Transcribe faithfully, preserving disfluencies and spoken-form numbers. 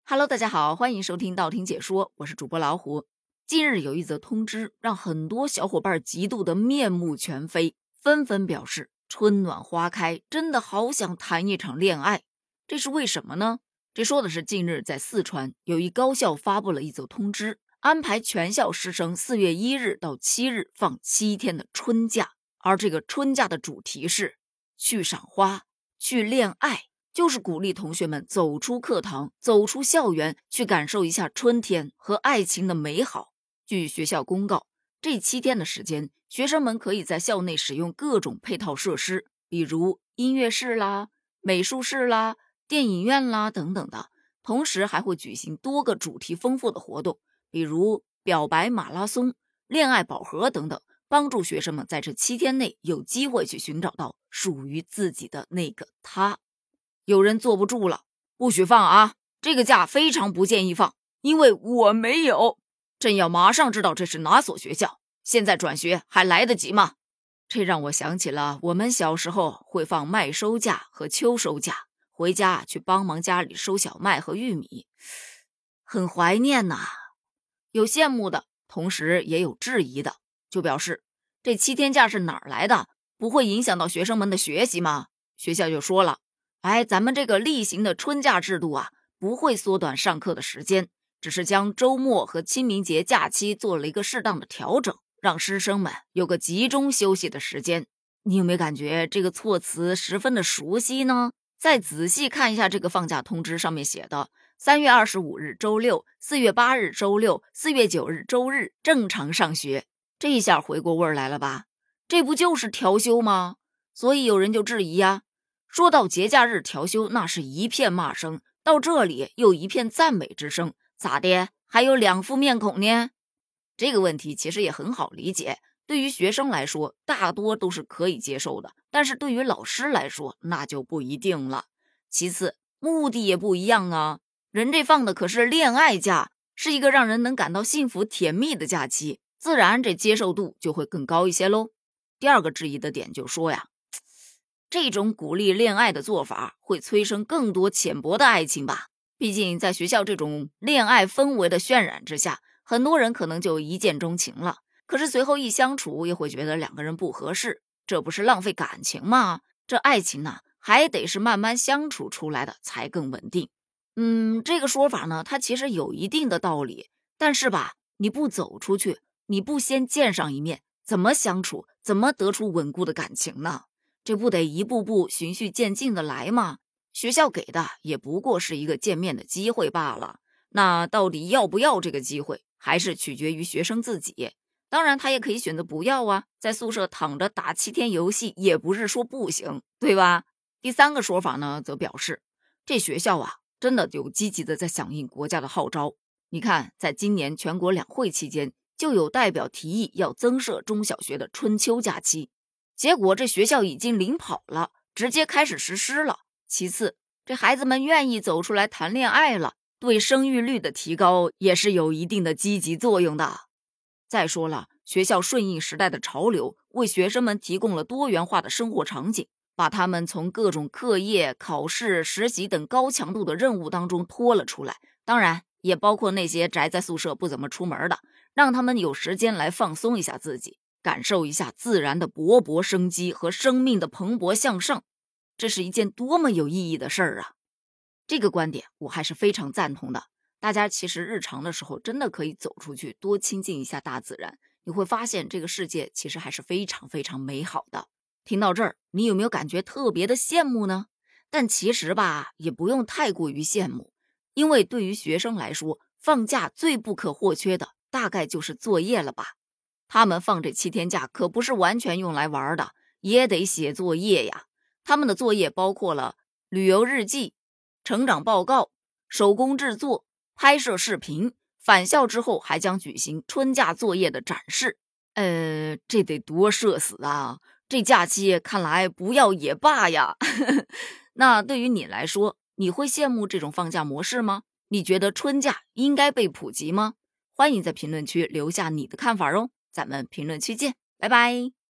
Hello， 大家好，欢迎收听道听解说，我是主播老虎。近日有一则通知，让很多小伙伴嫉妒的面目全非，纷纷表示春暖花开，真的好想谈一场恋爱。这是为什么呢？这说的是近日在四川有一高校发布了一则通知，安排全校师生四月一日到七日放七天的春假，而这个春假的主题是去赏花，去恋爱。就是鼓励同学们走出课堂，走出校园，去感受一下春天和爱情的美好。据学校公告，这七天的时间，学生们可以在校内使用各种配套设施，比如音乐室啦、美术室啦、电影院啦等等的。同时还会举行多个主题丰富的活动，比如表白马拉松、恋爱宝盒等等，帮助学生们在这七天内有机会去寻找到属于自己的那个他。有人坐不住了，不许放啊！这个假非常不建议放，因为我没有。朕要马上知道这是哪所学校，现在转学还来得及吗？这让我想起了我们小时候会放麦收假和秋收假，回家去帮忙家里收小麦和玉米，很怀念呐。有羡慕的，同时也有质疑的，就表示这七天假是哪儿来的？不会影响到学生们的学习吗？学校就说了，哎，咱们这个例行的春假制度啊，不会缩短上课的时间，只是将周末和清明节假期做了一个适当的调整，让师生们有个集中休息的时间。你有没有感觉这个措辞十分的熟悉呢？再仔细看一下这个放假通知上面写的三月二十五日周六、四月八日周六、四月九日周日正常上学，这一下回过味儿来了吧？这不就是调休吗？所以有人就质疑啊，说到节假日调休，那是一片骂声，到这里又一片赞美之声，咋的？还有两副面孔呢？这个问题其实也很好理解，对于学生来说，大多都是可以接受的，但是对于老师来说，那就不一定了。其次，目的也不一样啊，人这放的可是恋爱假，是一个让人能感到幸福甜蜜的假期，自然这接受度就会更高一些喽。第二个质疑的点就说呀，这种鼓励恋爱的做法会催生更多浅薄的爱情吧？毕竟在学校这种恋爱氛围的渲染之下，很多人可能就一见钟情了，可是随后一相处也会觉得两个人不合适，这不是浪费感情吗？这爱情呢，还得是慢慢相处出来的才更稳定。嗯，这个说法呢，它其实有一定的道理，但是吧，你不走出去，你不先见上一面，怎么相处，怎么得出稳固的感情呢？这不得一步步循序渐进的来吗？学校给的也不过是一个见面的机会罢了，那到底要不要这个机会，还是取决于学生自己。当然他也可以选择不要啊，在宿舍躺着打七天游戏也不是说不行，对吧？第三个说法呢，则表示这学校啊，真的有积极的在响应国家的号召。你看，在今年全国两会期间，就有代表提议要增设中小学的春秋假期，结果这学校已经领跑了，直接开始实施了。其次，这孩子们愿意走出来谈恋爱了，对生育率的提高也是有一定的积极作用的。再说了，学校顺应时代的潮流，为学生们提供了多元化的生活场景，把他们从各种课业、考试、实习等高强度的任务当中拖了出来，当然也包括那些宅在宿舍不怎么出门的，让他们有时间来放松一下自己，感受一下自然的勃勃生机和生命的蓬勃向上，这是一件多么有意义的事儿啊！这个观点我还是非常赞同的。大家其实日常的时候真的可以走出去，多亲近一下大自然，你会发现这个世界其实还是非常非常美好的。听到这儿，你有没有感觉特别的羡慕呢？但其实吧，也不用太过于羡慕，因为对于学生来说，放假最不可或缺的大概就是作业了吧。他们放这七天假可不是完全用来玩的，也得写作业呀。他们的作业包括了旅游日记、成长报告、手工制作、拍摄视频，返校之后还将举行春假作业的展示。呃，这得多社死啊！这假期看来不要也罢呀。那对于你来说，你会羡慕这种放假模式吗？你觉得春假应该被普及吗？欢迎在评论区留下你的看法哦，咱们评论区见，拜拜。